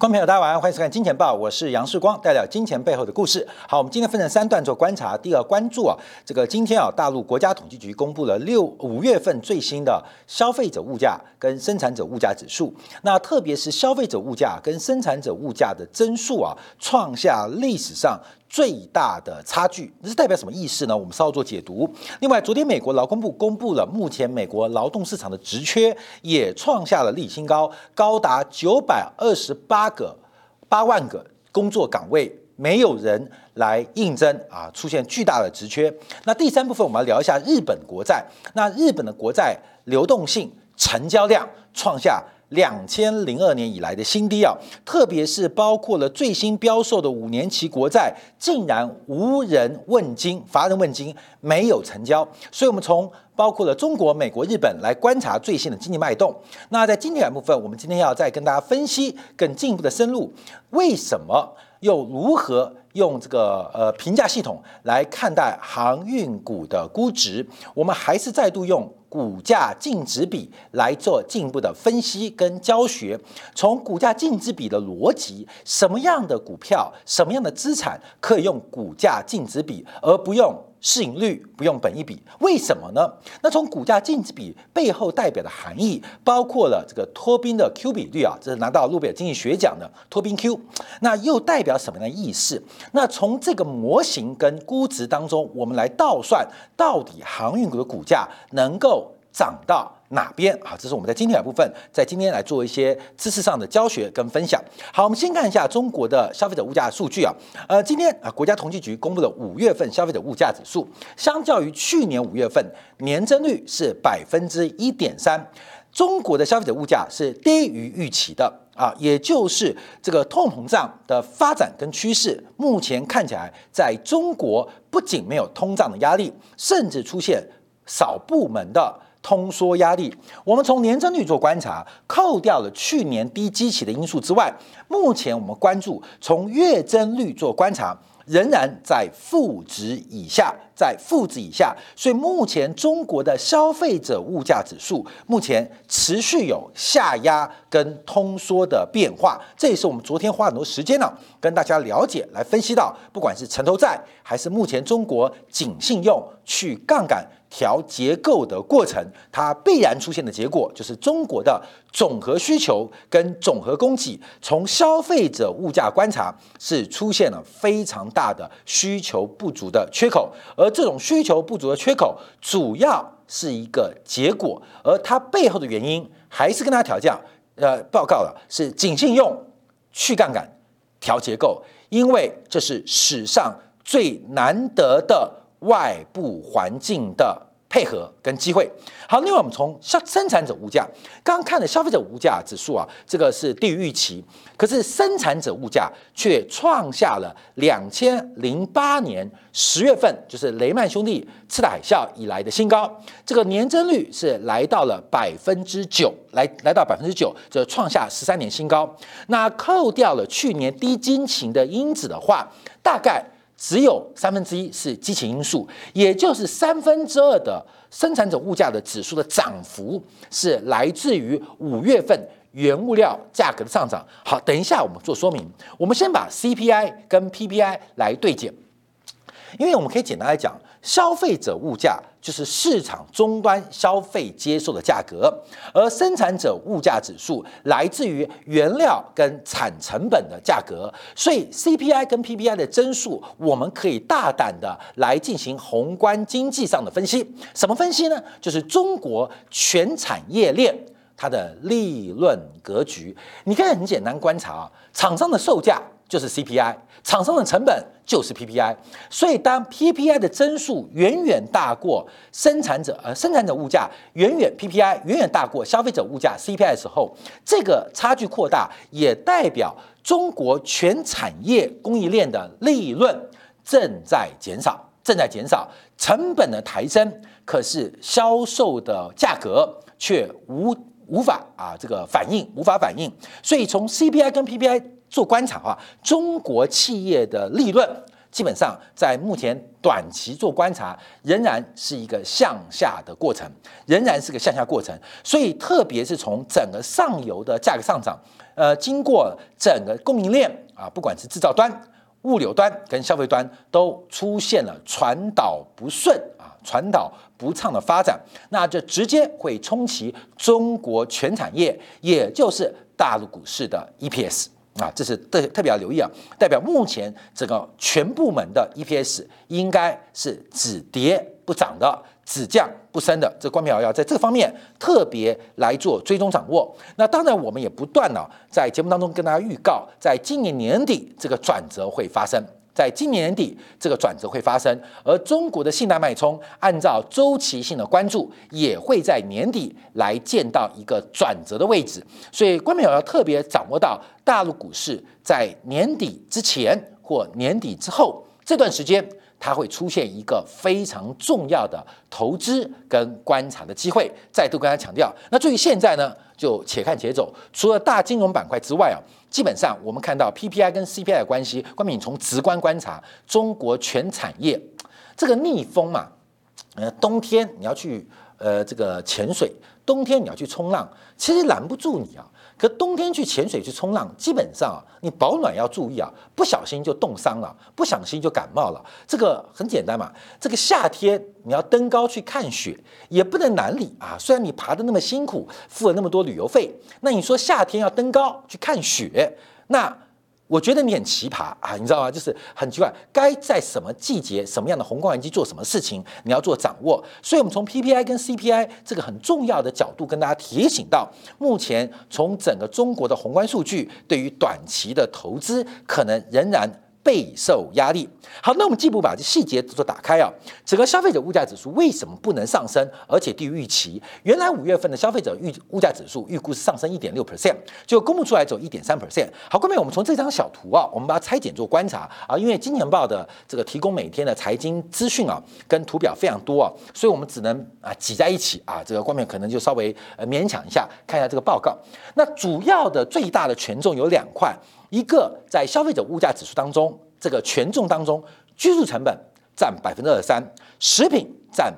观众朋友，大家晚上欢迎收看《金钱报》，我是杨世光，带来金钱背后的故事。好，我们今天分成3段做观察。第二，关注这个今天大陆国家统计局公布了5月份最新的消费者物价跟生产者物价指数。那特别是消费者物价跟生产者物价的增速创下历史上最大的差距，这是代表什么意思呢？我们稍后做解读。另外，昨天美国劳工部公布了目前美国劳动市场的职缺也创下了历史新高，高达928万个工作岗位，没有人来应征出现巨大的职缺。那第3部分我们要聊一下日本国债。那日本的国债流动性、成交量创下2002年以来的新低特别是包括了最新标售的5年期国债，竟然无人问津，乏人问津，没有成交。所以我们从包括了中国、美国、日本来观察最新的经济脉动。那在经典部分，我们今天要再跟大家分析更进一步的深入，为什么又如何用这个评价系统来看待航运股的估值？我们还是再度用股价净值比来做进一步的分析跟教学。从股价净值比的逻辑，什么样的股票、什么样的资产可以用股价净值比，而不用市盈率，不用本益比？为什么呢？那从股价净值比背后代表的含义，包括了这个托宾的 Q 比率这是拿到诺贝尔经济学奖的托宾 Q， 那又代表什么样的意思？那从这个模型跟估值当中，我们来倒算到底航运股的股价能够涨到哪边这是我们在今天的部分，在今天来做一些知识上的教学跟分享。好，我们先看一下中国的消费者物价数据今天国家统计局公布了5月份消费者物价指数，相较于去年5月份，年增率是1.3%，中国的消费者物价是低于预期的也就是这个通膨胀的发展跟趋势，目前看起来在中国不仅没有通胀的压力，甚至出现少部门的通缩压力。我们从年增率做观察，扣掉了去年低基期的因素之外，目前我们关注从月增率做观察，仍然在负值以下，所以目前中国的消费者物价指数目前持续有下压跟通缩的变化。这也是我们昨天花很多时间跟大家了解来分析到，不管是城投债还是目前中国紧信用去杠杆调结构的过程，它必然出现的结果就是中国的总和需求跟总和供给，从消费者物价观察是出现了非常大的需求不足的缺口，而这种需求不足的缺口主要是一个结果，而它背后的原因还是跟大家报告了是紧信用去杠杆调结构，因为这是史上最难得的外部环境的配合跟机会。好，另外我们从生产者物价，刚刚看的消费者物价指数这个是低于预期，可是生产者物价却创下了2008年10月份，就是雷曼兄弟次贷海啸以来的新高，这个年增率是来到了9%，来到9%，这创下13年新高。那扣掉了去年低基期的因子的话，大概只有1/3是基期因素，也就是2/3的生产者物价的指数的涨幅是来自于5月份原物料价格的上涨。好，等一下我们做说明，我们先把 CPI 跟 PPI 来对减，因为我们可以简单来讲，消费者物价就是市场终端消费接受的价格，而生产者物价指数来自于原料跟产成本的价格，所以 CPI 跟 PPI 的增速，我们可以大胆的来进行宏观经济上的分析。什么分析呢？就是中国全产业链它的利润格局。你可以很简单观察厂商的售价就是 CPI， 厂商的成本就是 PPI， 所以当 PPI 的增速远远大过生产者物价PPI 远远大过消费者物价 CPI 的时候，这个差距扩大也代表中国全产业供应链的利润正在减少，成本的抬升，可是销售的价格却无法反应，所以从 CPI 跟 PPI 做观察中国企业的利润基本上在目前短期做观察，仍然是一个向下的过程，所以特别是从整个上游的价格上涨，经过整个供应链啊，不管是制造端、物流端跟消费端，都出现了传导不顺啊、传导不畅的发展，那这直接会冲击中国全产业，也就是大陆股市的 EPS。啊，这是特别要留意啊，代表目前整个全部门的 EPS 应该是只跌不涨的，只降不升的。这关明要在这方面特别来做追踪掌握。那当然，我们也不断在节目当中跟大家预告，在今年年底这个转折会发生。在今年年底，这个转折会发生，而中国的信贷脉冲，按照周期性的关注，也会在年底来见到一个转折的位置。所以，观众要特别掌握到大陆股市在年底之前或年底之后这段时间，它会出现一个非常重要的投资跟观察的机会。再度跟大家强调，那至于现在呢，就且看且走。除了大金融板块之外基本上我们看到 PPI 跟 CPI 的关系，关敏从直观观察中国全产业这个逆风嘛，冬天你要去这个潜水，冬天你要去冲浪，其实拦不住你啊。可冬天去潜水去冲浪，基本上你保暖要注意啊，不小心就冻伤了，不小心就感冒了。这个很简单嘛，这个夏天你要登高去看雪，也不能难理啊。虽然你爬得那么辛苦，付了那么多旅游费，那你说夏天要登高去看雪，那我觉得你很奇葩啊，你知道吗？就是很奇怪，该在什么季节、什么样的宏观环境做什么事情，你要做掌握。所以，我们从 PPI 跟 CPI 这个很重要的角度，跟大家提醒到，目前从整个中国的宏观数据，对于短期的投资，可能仍然备受压力。好，那我们进一步把这细节做打开啊。整个消费者物价指数为什么不能上升，而且低于预期？原来5月份的消费者物价指数预估是上升1.6%，就公布出来只有1.3%。好，各位，我们从这张小图我们把它拆解做观察啊，因为金钱豹的这个提供每天的财经资讯跟图表非常多所以我们只能挤在一起这个观众可能就稍微勉强一下看一下这个报告。那主要的最大的权重有2块。一个在消费者物价指数当中，这个权重当中，居住成本占23%，食品占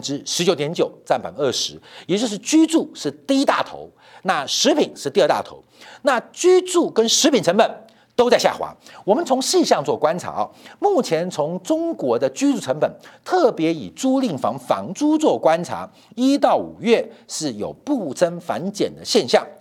19.9%，占20%，也就是居住是第一大头，那食品是第二大头。那居住跟食品成本都在下滑。我们从细项做观察目前从中国的居住成本，特别以租赁房房租做观察，1到5月是有不增反减的现象。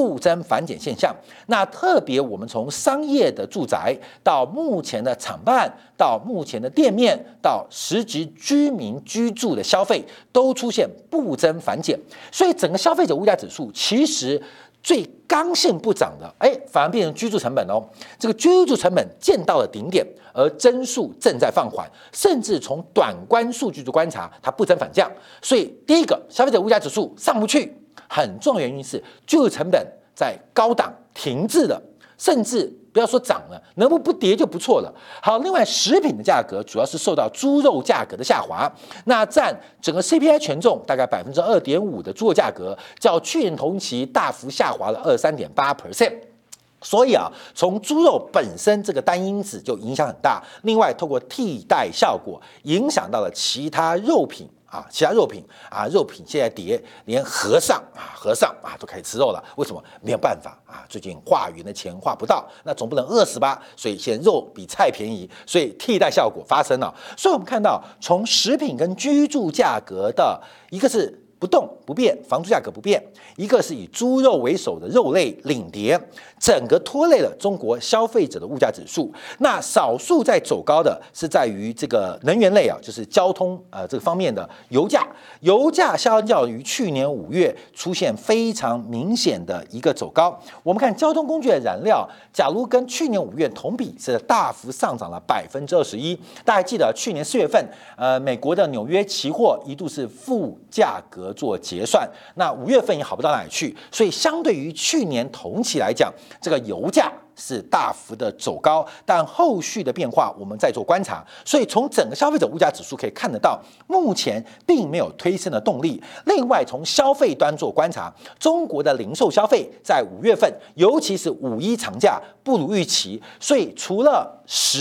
那特别我们从商业的住宅到目前的厂办，到目前的店面，到实际居民居住的消费，都出现不增反减。所以整个消费者物价指数其实最刚性不涨的，反而变成居住成本这个居住成本见到了顶点，而增速正在放缓，甚至从短观数据的观察，它不增反降。所以第一个，消费者物价指数上不去。很重要的原因是居住成本在高档停滞了，甚至不要说涨了，能不跌就不错了。好，另外食品的价格主要是受到猪肉价格的下滑，那占整个 CPI 权重大概2.5%的猪肉价格，较去年同期大幅下滑了23.8%。所以从猪肉本身这个单因子就影响很大，另外透过替代效果影响到了其他肉品。肉品现在跌，连和尚都开始吃肉了。为什么？没有办法最近化缘的钱化不到，那总不能饿死吧？所以现在肉比菜便宜，所以替代效果发生了。所以我们看到，从食品跟居住价格的一个是不动不变，房租价格不变；一个是以猪肉为首的肉类领跌，整个拖累了中国消费者的物价指数。那少数在走高的是在于这个能源类就是交通这个方面的油价相较于去年5月出现非常明显的一个走高。我们看交通工具的燃料，假如跟去年5月同比是大幅上涨了21%。大家记得去年4月份，美国的纽约期货一度是负价格做结算，那5月份也好不到哪里去，所以相对于去年同期来讲，这个油价是大幅的走高，但后续的变化我们再做观察。所以从整个消费者物价指数可以看得到，目前并没有推升的动力。另外从消费端做观察，中国的零售消费在5月份，尤其是5·1长假不如预期，所以除了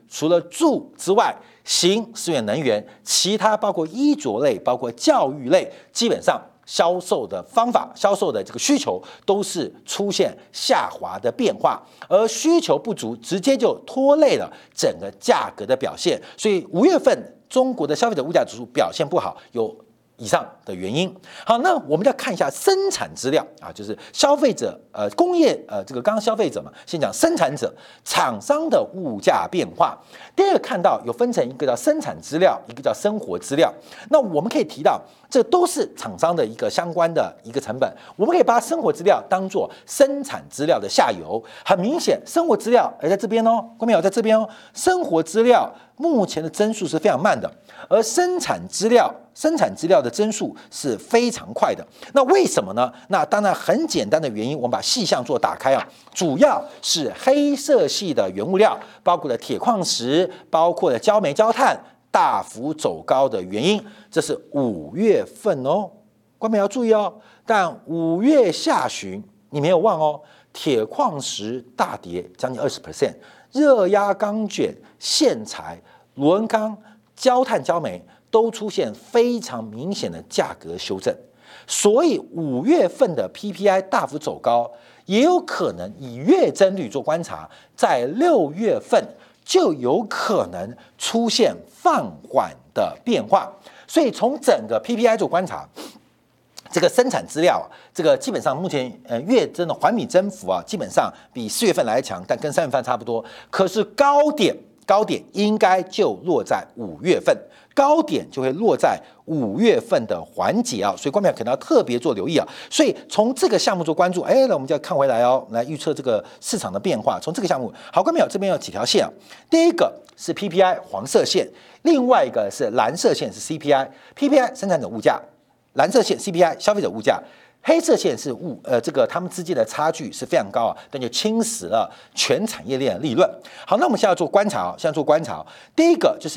除了住之外，行是因为能源，其他包括衣着类、包括教育类，基本上销售的方法、销售的这个需求都是出现下滑的变化，而需求不足，直接就拖累了整个价格的表现。所以5月份中国的消费者物价指数表现不好，有以上的原因。好，那我们要看一下生产资料啊，就是消费者工业这个刚刚消费者嘛，先讲生产者厂商的物价变化。第二个看到有分成一个叫生产资料，一个叫生活资料。那我们可以提到，这都是厂商的一个相关的一个成本，我们可以把生活资料当做生产资料的下游。很明显，生活资料在这边哦，观众朋友在这边哦，生活资料目前的增速是非常慢的，而生产资料的增速是非常快的。那为什么呢？那当然很简单的原因，我们把细项做打开啊，主要是黑色系的原物料，包括了铁矿石，包括了焦煤、焦炭大幅走高的原因。这是5月份哦，观众要注意哦。但5月下旬你没有忘哦，铁矿石大跌将近20%，热轧钢卷、线材、螺纹钢、焦炭、焦煤都出现非常明显的价格修正，所以5月份的 PPI 大幅走高，也有可能以月增率做观察，在6月份就有可能出现放缓的变化。所以从整个 PPI 做观察，这个生产资料，这个基本上目前月增的环比增幅啊，基本上比4月份来强，但跟3月份差不多。可是高点应该就落在5月份，高点就会落在5月份的环节啊，所以观众可能要特别做留意啊。所以从这个项目做关注，那我们就要看回来哦，来预测这个市场的变化。从这个项目，好，观众这边有几条线啊？第一个是 PPI 黄色线，另外一个是蓝色线是 CPI 生产者物价，蓝色线 CPI 消费者物价。黑色线是这个他们之间的差距是非常高啊，但就侵蚀了全产业链的利润。好，那我们现在做观察第一个就是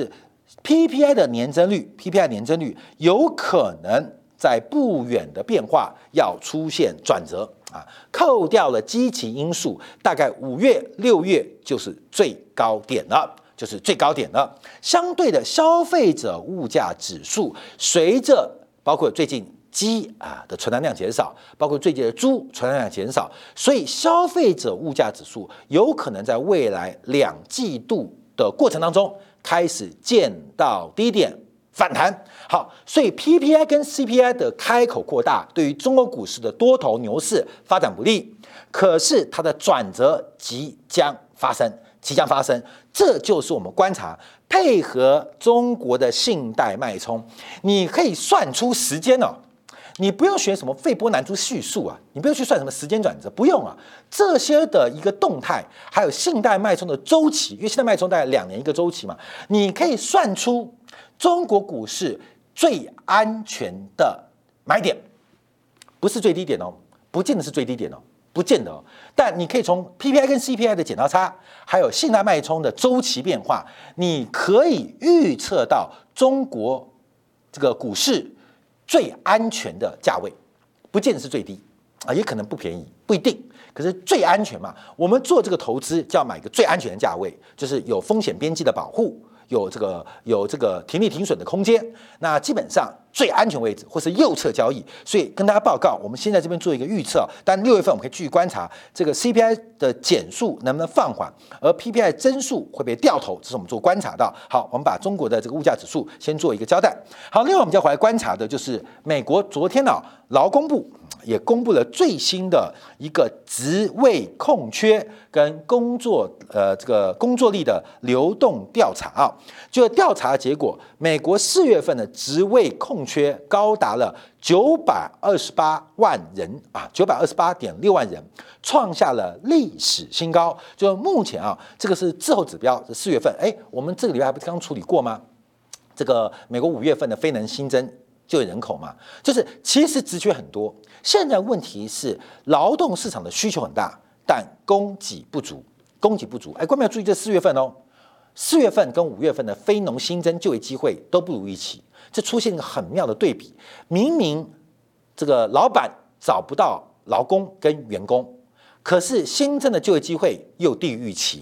PPI 的年增率有可能在不远的变化要出现转折啊，扣掉了基期因素，大概5月、6月就是最高点了。相对的，消费者物价指数随着包括最近鸡的存栏量减少，包括最近的猪存栏量减少，所以消费者物价指数有可能在未来2季度的过程当中开始见到低点反弹。好，所以 PPI 跟 CPI 的开口扩大，对于中国股市的多头牛市发展不利。可是它的转折即将发生，这就是我们观察配合中国的信贷脉冲，你可以算出时间哦。你不用学什么斐波那契系数啊，你不用去算什么时间转折，不用啊。这些的一个动态，还有信贷脉冲的周期，因为信贷脉冲大概2年一个周期嘛，你可以算出中国股市最安全的买点，不是最低点哦，不见得是最低点哦，不见得哦。但你可以从 PPI 跟 CPI 的剪刀差，还有信贷脉冲的周期变化，你可以预测到中国这个股市最安全的价位，不见得是最低啊，也可能不便宜，不一定。可是最安全嘛，我们做这个投资就要买一个最安全的价位，就是有风险边际的保护，有这个停利停损的空间。那基本上最安全位置或是右侧交易。所以跟大家报告，我们现在这边做一个预测，但6月份我们可以继续观察这个 CPI 的减速能不能放缓，而 PPI 增速会不会掉头，这是我们做观察到。好，我们把中国的这个物价指数先做一个交代。好，另外我们就要回来观察的就是美国昨天劳工部也公布了最新的一个职位空缺跟工作力的流动调查啊。就调查结果，美国4月份的职位空缺高达了928万人啊，928.6万人，创下了历史新高。就目前这个是滞后指标，是4月份。我们这个礼拜还不是刚处理过吗？这个美国5月份的非能新增就业人口嘛，就是其实职缺很多，现在问题是劳动市场的需求很大，但供给不足。观众要注意这4月份哦，4月份跟5月份的非农新增就业机会都不如预期，这出现一个很妙的对比。明明这个老板找不到劳工跟员工，可是新增的就业机会又低于预期。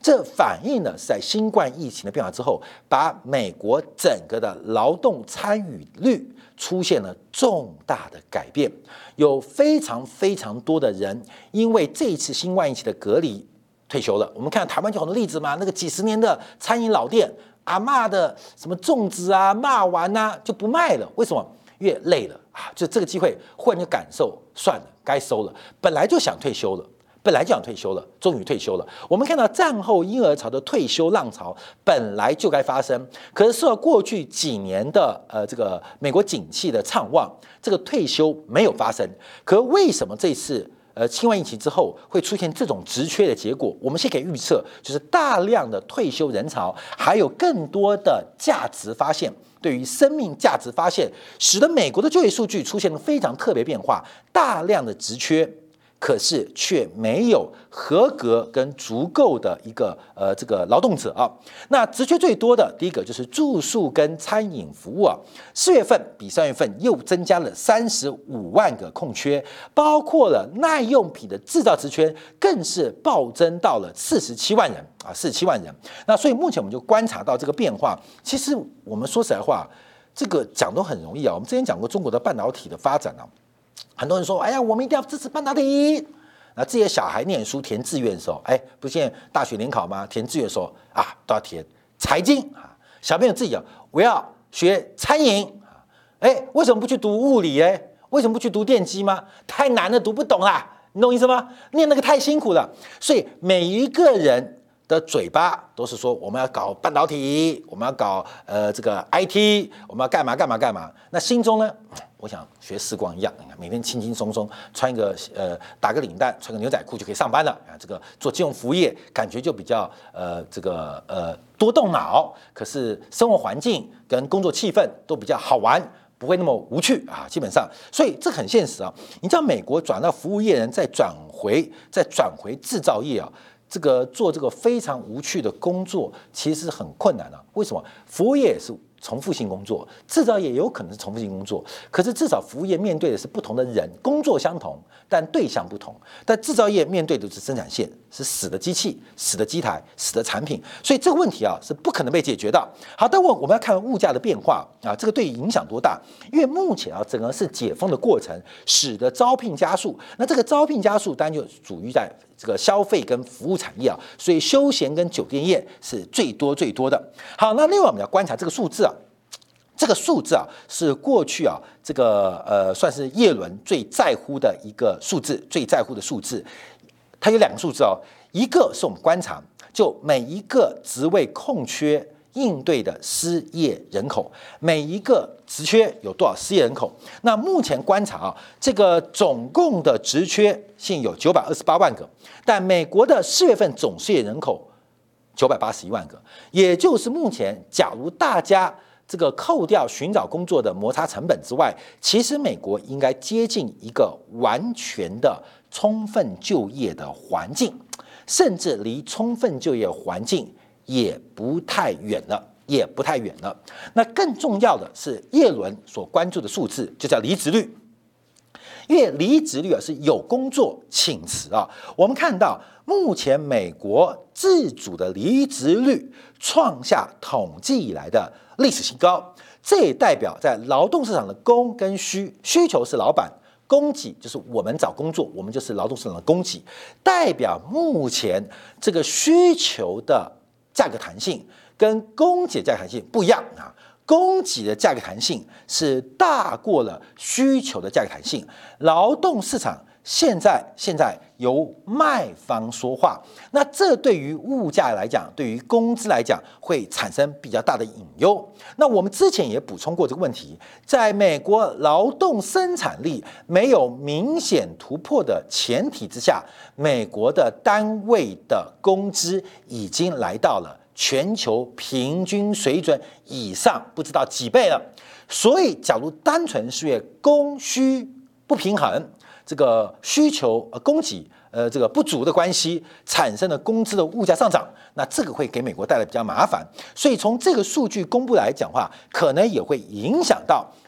这反映了在新冠疫情的变化之后，把美国整个的劳动参与率出现了重大的改变，有非常多的人因为这一次新冠疫情的隔离退休了。我们看台湾就很多例子嘛，那个几十年的餐饮老店，阿嬷的什么粽子啊、骂丸啊就不卖了，为什么？因为累了啊，就这个机会忽然就感受，算了，该收了，本来就想退休了。终于退休了。我们看到战后婴儿潮的退休浪潮本来就该发生，可是受到过去几年的这个美国景气的畅旺，这个退休没有发生。可为什么这次新冠疫情之后会出现这种职缺的结果？我们先可以预测，就是大量的退休人潮，还有更多的价值发现。对于生命价值发现，使得美国的就业数据出现了非常特别变化，大量的职缺。可是却没有合格跟足够的一个这个劳动者啊。那职缺最多的第一个就是住宿跟餐饮服务啊，4月份比3月份又增加了35万个空缺，包括了耐用品的制造职缺更是暴增到了47万人啊，47万人。那所以目前我们就观察到这个变化。其实我们说实在话，这个讲都很容易啊。我们之前讲过中国的半导体的发展啊。很多人说：“哎呀，我们一定要支持半导体。”那自己的小孩念书填志愿的时候，不是现在大学联考吗？填志愿的时候啊，都要填财经啊。小朋友自己讲，我要学餐饮啊。为什么不去读物理？为什么不去读电机吗？太难了，读不懂啦。你懂意思吗？念那个太辛苦了。所以每一个人的嘴巴都是说我们要搞半导体，我们要搞这个 IT， 我们要干嘛。那心中呢？我想学时光一样，每天轻轻松松穿一个打个领带，穿个牛仔裤就可以上班了啊。这个做金融服务业感觉就比较多动脑，可是生活环境跟工作气氛都比较好玩，不会那么无趣啊。基本上，所以这很现实啊。你知道美国转到服务业人再转回制造业啊。这个做这个非常无趣的工作，其实很困难啊。为什么？服务业也是重复性工作，制造业也有可能是重复性工作。可是至少服务业面对的是不同的人，工作相同，但对象不同。但制造业面对的是生产线，是死的机器、死的机台、死的产品，所以这个问题啊是不可能被解决的。好，但我们要看物价的变化啊，这个对影响多大？因为目前啊，整个是解封的过程，使得招聘加速。那这个招聘加速，当然就属于在这个消费跟服务产业啊，所以休闲跟酒店业是最多的。好，那另外我们要观察这个数字啊，这个数字啊是过去啊这个算是叶伦最在乎的一个数字，它有2个数字哦，一个是我们观察就每一个职位空缺应对的失业人口，每一个职缺有多少失业人口？那目前观察啊，这个总共的职缺现有928万个，但美国的4月份总失业人口981万个，也就是目前假如大家这个扣掉寻找工作的摩擦成本之外，其实美国应该接近一个完全的充分就业的环境，甚至离充分就业环境也不太远了。那更重要的是叶伦所关注的数字，就叫离职率。因为离职率是有工作请辞啊。我们看到目前美国自主的离职率创下统计以来的历史新高，这也代表在劳动市场的供跟需求是老板，供给就是我们找工作，我们就是劳动市场的供给，代表目前这个需求的价格弹性跟供给的价格弹性不一样啊。供给的价格弹性是大过了需求的价格弹性，劳动市场现在由卖方说话，那这对于物价来讲，对于工资来讲，会产生比较大的隐忧。那我们之前也补充过这个问题，在美国劳动生产力没有明显突破的前提之下，美国的单位的工资已经来到了全球平均水准以上，不知道几倍了。所以，假如单纯是因为供需不平衡，这个需求供给这个不足的关系，产生了工资的物价上涨，那这个会给美国带来比较麻烦。所以从这个数据公布来讲话，可能也会影响到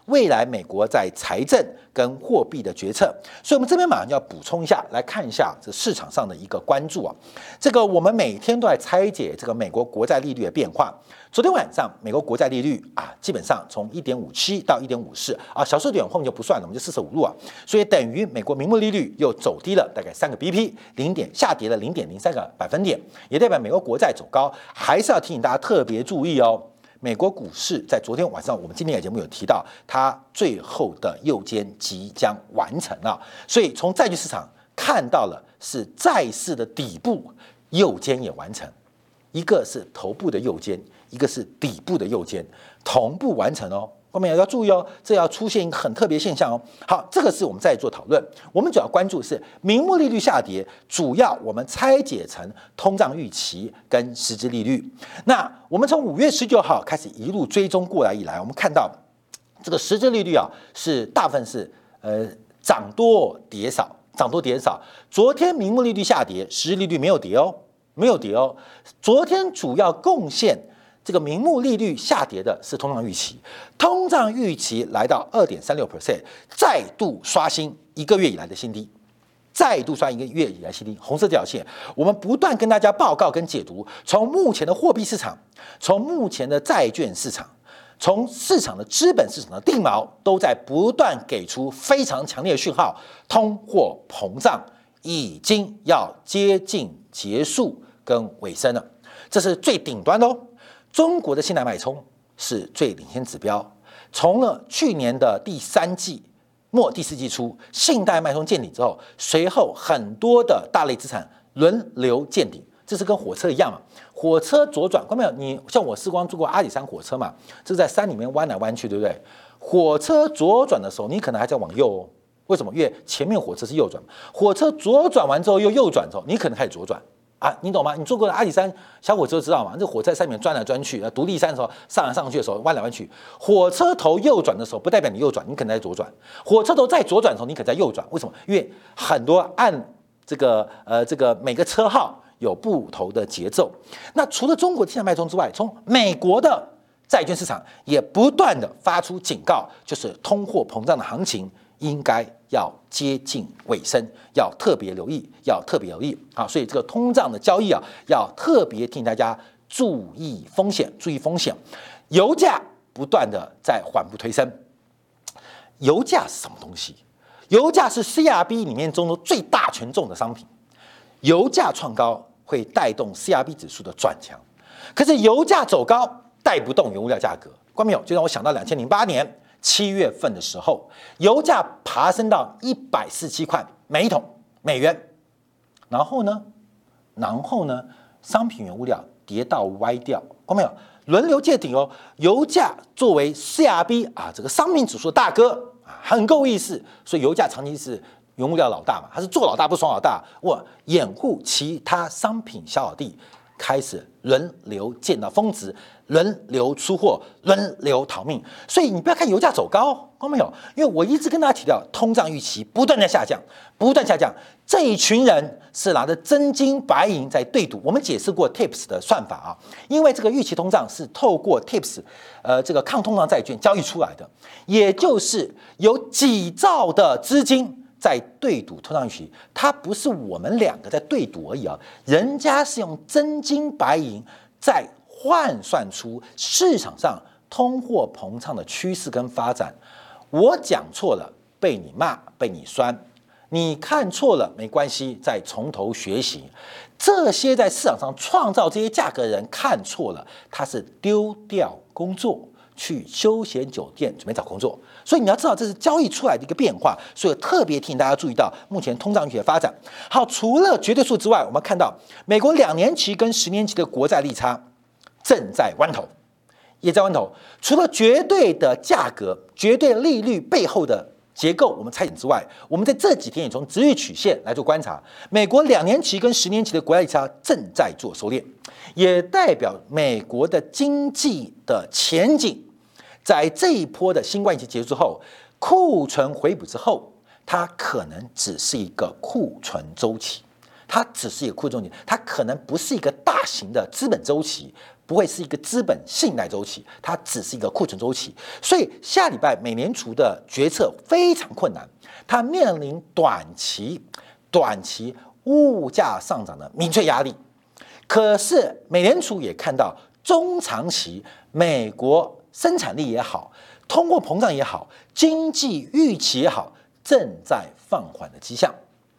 未来美国在财政跟货币的决策。所以，我们这边马上就要补充一下，来看一下这市场上的一个关注啊。这个我们每天都在拆解这个美国国债利率的变化。昨天晚上，美国国债利率基本上从1.57到1.54小数点后面就不算了，我们就45度啊，所以等于美国名目利率又走低了大概3个 BP， 下跌了0.03个百分点，也代表美国国债走高。还是要提醒大家特别注意哦，美国股市在昨天晚上，我们今天的节目有提到，它最后的右肩即将完成了，所以从债券市场看到了是债市的底部右肩也完成，一个是头部的右肩，一个是底部的右肩，同步完成哦。后面要注意哦，这要出现一个很特别现象哦。好，这个是我们在做讨论，我们主要关注是名目利率下跌，主要我们拆解成通胀预期跟实质利率。那我们从5月19号开始一路追踪过来以来，我们看到这个实质利率是大部分是涨多跌少，涨多跌少。昨天名目利率下跌，实质利率没有跌哦，没有跌哦。昨天主要贡献这个名目利率下跌的是通胀预期，通胀预期来到2.36%，再度刷新1个月以来的新低，再度刷1个月以来新低。红色这条线，我们不断跟大家报告跟解读，从目前的货币市场，从目前的债券市场，从市场的资本市场的定锚，都在不断给出非常强烈的讯号，通货膨胀已经要接近结束跟尾声了，这是最顶端的哦。中国的信贷脉冲是最领先指标，从了去年的第3季末第4季初，信贷脉冲见顶之后，随后很多的大类资产轮流见顶，这是跟火车一样嘛，火车左转，看到没有？你像我时光坐过阿里山火车嘛，这是在山里面弯来弯去，对不对？火车左转的时候，你可能还在往右哦，为什么？因为前面火车是右转，火车左转完之后又右转之后，你可能开始左转。你懂吗？你坐过阿里山小火车知道吗？这火车在上面转来转去，独立山的时候上来上去的时候弯来弯去。火车头右转的时候，不代表你右转，你可能在左转。火车头再左转的时候，你可能在右转。为什么？因为很多按这个每个车号有不同的节奏。那除了中国的信贷脉冲之外，从美国的债券市场也不断的发出警告，就是通货膨胀的行情应该要接近尾声，要特别留意，要特别留意啊！所以这个通胀的交易要特别提醒大家注意风险，注意风险。油价不断的在缓步推升，油价是什么东西？油价是 CRB 里面中的最大权重的商品，油价创高会带动 CRB 指数的转强，可是油价走高带不动原物料价格，关没有？就让我想到2008年。7月份的时候，油价爬升到147块每一桶美元，然后呢，商品原物料跌到歪掉，看到没有？轮流见顶哦。油价作为 CRB 这个商品指数的大哥很够意思，所以油价长期是原物料老大嘛，它是做老大不爽老大，掩护其他商品小老弟开始轮流见到峰值，轮流出货，轮流逃命。所以你不要看油价走高，看到没有？因为我一直跟大家提到，通胀预期不断在下降，不断下降。这一群人是拿着真金白银在对赌。我们解释过 TIPS 的算法因为这个预期通胀是透过 TIPS 这个抗通胀债券交易出来的，也就是有几兆的资金在对赌通胀预期，它不是我们两个在对赌而已人家是用真金白银在换算出市场上通货膨胀的趋势跟发展。我讲错了，被你骂，被你酸；你看错了，没关系，再从头学习。这些在市场上创造这些价格的人看错了，他是丢掉工作，去休闲酒店准备找工作。所以你要知道，这是交易出来的一个变化，所以特别提醒大家注意到目前通胀预期的发展。好，除了绝对数之外，我们看到美国2年期跟10年期的国债利差正在弯头，也在弯头。除了绝对的价格、绝对利率背后的结构我们拆解之外，我们在这几天也从殖利率曲线来做观察，美国2年期跟10年期的国债利差正在做收敛，也代表美国的经济的前景。在这一波的新冠疫情结束之后，库存回补之后，它可能只是一个库存周期，它只是一个库存周期，它可能不是一个大大型的资本周期，不会是一个资本信贷周期，它只是一个库存周期。所以下礼拜美联储的决策非常困难，它面临短期物价上涨的明确压力。可是美联储也看到中长期美国生产力也好，通货膨胀也好，经济预期也好，正在放缓的迹象。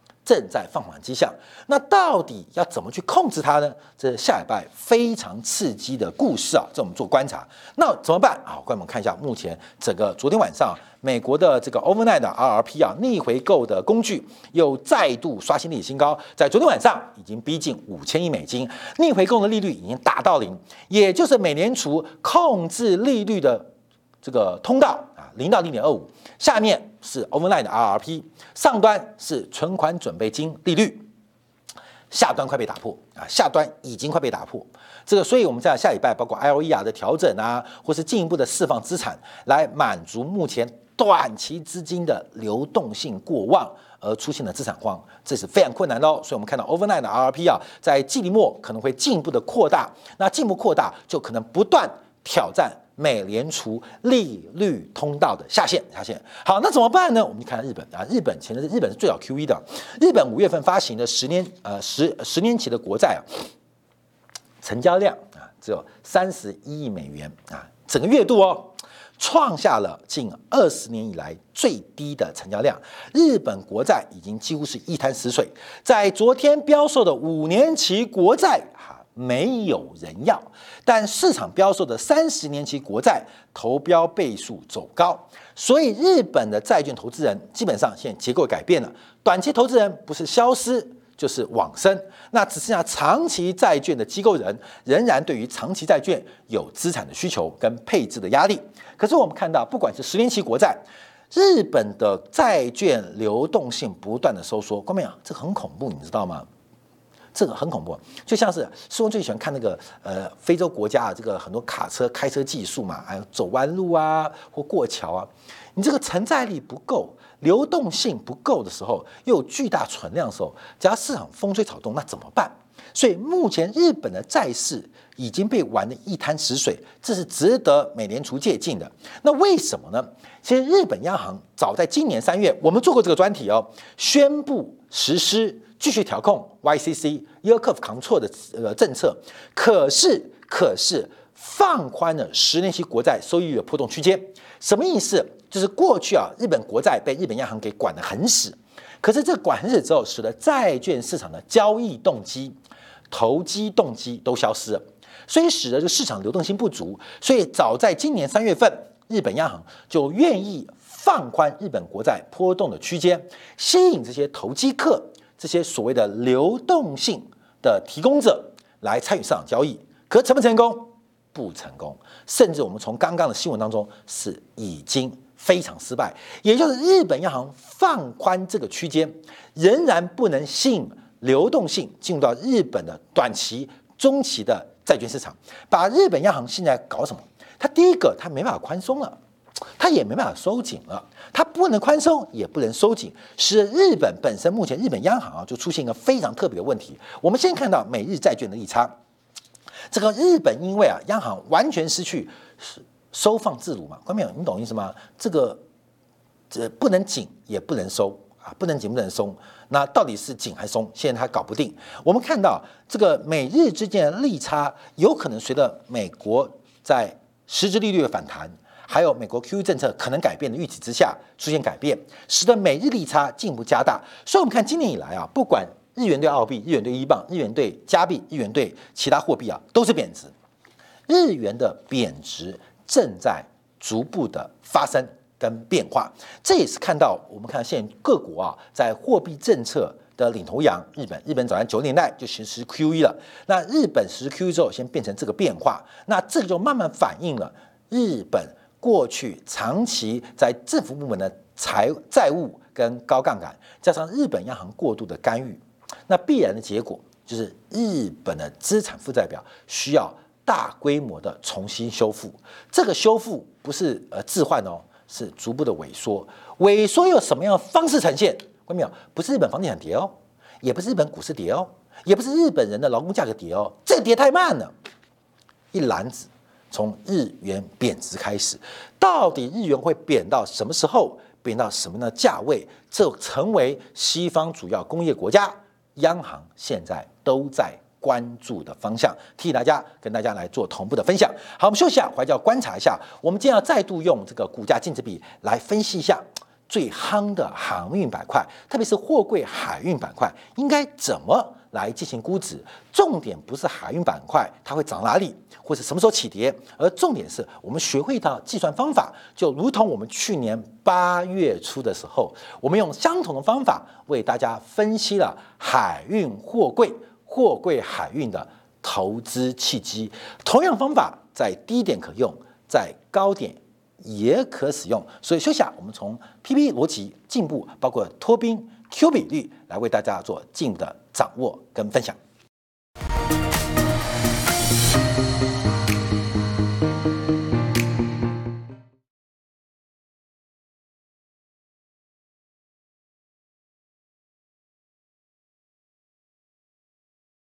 那到底要怎么去控制它呢？这是下礼拜非常刺激的故事啊，这我们做观察。那怎么办啊？我们看一下目前整个昨天晚上美国的这个 overnight 的 RRP 啊，逆回购的工具又再度刷新历史新高，在昨天晚上已经逼近5000亿美金，逆回购的利率已经达到0，也就是美联储控制利率的这个通道啊，0到0.25，下面是 overnight 的 RRP， 上端是存款准备金利率，下端快被打破啊，下端已经快被打破。这个，所以我们在下礼拜包括 LER 的调整啊，或是进一步的释放资产，来满足目前短期资金的流动性过旺而出现的资产荒，这是非常困难的哦。所以我们看到 overnight 的 RRP 啊，在季末可能会进一步的扩大，那进一步扩大就可能不断挑战美联储利率通道的下限。好，那怎么办呢？我们看日本啊，日本是最早 QE 的，日本5月份发行的10年期的国债啊，成交量啊只有31亿美元啊，整个月度哦，创下了近20年以来最低的成交量。日本国债已经几乎是一滩死水，在昨天标售的5年期国债没有人要，但市场标售的30年期国债投标倍数走高，所以日本的债券投资人基本上现在结构改变了，短期投资人不是消失就是往生，那只剩下长期债券的机构人仍然对于长期债券有资产的需求跟配置的压力。可是我们看到，不管是10年期国债，日本的债券流动性不断的收缩，观众朋友，这个很恐怖，你知道吗？这个很恐怖，就像是世翁最喜欢看那个非洲国家啊，这个很多卡车开车技术嘛，还有走弯路啊或过桥啊，你这个承载力不够，流动性不够的时候，又有巨大存量的时候，只要市场风吹草动，那怎么办？所以目前日本的债市已经被玩得一滩死水，这是值得美联储借鉴的。那为什么呢？其实日本央行早在今年3月，我们做过这个专题哦，宣布实施继续调控 YCC Yield Curve Control 的政策，可是放宽了10年期国债收益率的波动区间。什么意思？就是过去啊，日本国债被日本央行给管得很死，可是这管很死之后，使得债券市场的交易动机、投机动机都消失了，所以使得这个市场流动性不足。所以早在今年3月份，日本央行就愿意放宽日本国债波动的区间，吸引这些投机客、这些所谓的流动性的提供者来参与市场交易。可成不成功？不成功，甚至我们从刚刚的新闻当中是已经非常失败。也就是日本央行放宽这个区间，仍然不能吸引流动性进入到日本的短期、中期的债券市场。把日本央行现在搞什么？它第一个，它没办法宽松了，它也没办法收紧了，它不能宽松，也不能收紧，使日本本身目前日本央行啊就出现一个非常特别的问题。我们先看到美日债券的利差，这个日本因为啊央行完全失去收放自如嘛，观众朋友，你懂意思吗？这不能紧也不能收啊，不能紧不能松，那到底是紧还是松？现在它搞不定。我们看到这个美日之间的利差，有可能随着美国在实质利率的反弹，还有美国 QE 政策可能改变的预期之下出现改变，使得美日利差进一步加大。所以我们看今年以来啊，不管日元对澳币、日元对英镑、日元对加币、日元对其他货币啊，都是贬值。日元的贬值正在逐步的发生跟变化，这也是看到我们看现在各国啊在货币政策的领头羊，日本早在90年代就实施 QE 了，那日本实施 QE 之后，先变成这个变化，那这个就慢慢反映了日本过去长期在政府部门的债务跟高杠杆，加上日本央行过度的干预，那必然的结果就是日本的资产负债表需要大规模的重新修复。这个修复不是置换哦，是逐步的萎缩。萎缩有什么样的方式呈现？观众朋友，不是日本房地产跌哦，也不是日本股市跌哦， 也不是日本人的劳工价格跌哦，这个跌太慢了。一篮子从日元贬值开始，到底日元会贬到什么时候？贬到什么样的价位？这成为西方主要工业国家央行现在都在关注的方向，提醒大家跟大家来做同步的分享。好，我们休息一下，回来要观察一下。我们今天要再度用这个股价净值比来分析一下最夯的航运板块，特别是货柜海运板块，应该怎么来进行估值？重点不是海运板块它会涨哪里，或者什么时候起跌，而重点是我们学会到计算方法，就如同我们去年8月初的时候，我们用相同的方法为大家分析了海运货柜海运的投资契机。同样方法在低点可用，在高点也可使用。所以休息下，我们从 PB 逻辑进步，包括托宾 Q 比率来为大家做进一步的掌握跟分享。